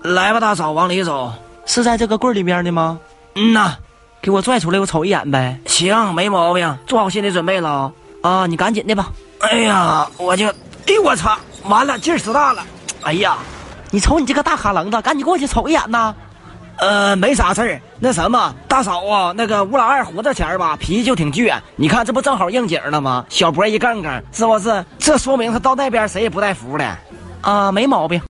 来吧，大嫂，往里走。 是在这个柜里面的吗？ 嗯呐， 给我拽出来，我瞅一眼呗。 行，没毛病，做好心理准备了啊！你赶紧的吧。 哎呀，哎呦我操，完了，劲儿使大了。哎呀， 你瞅你这个大卡棱子，赶紧过去瞅一眼呐。 没啥事儿。那什么，大嫂啊，那个吴老二胡子前儿吧，脾气就挺倔。你看这不正好应景了吗？小脖一杠杠，是不是？这说明他到那边谁也不带服的。 啊，没毛病。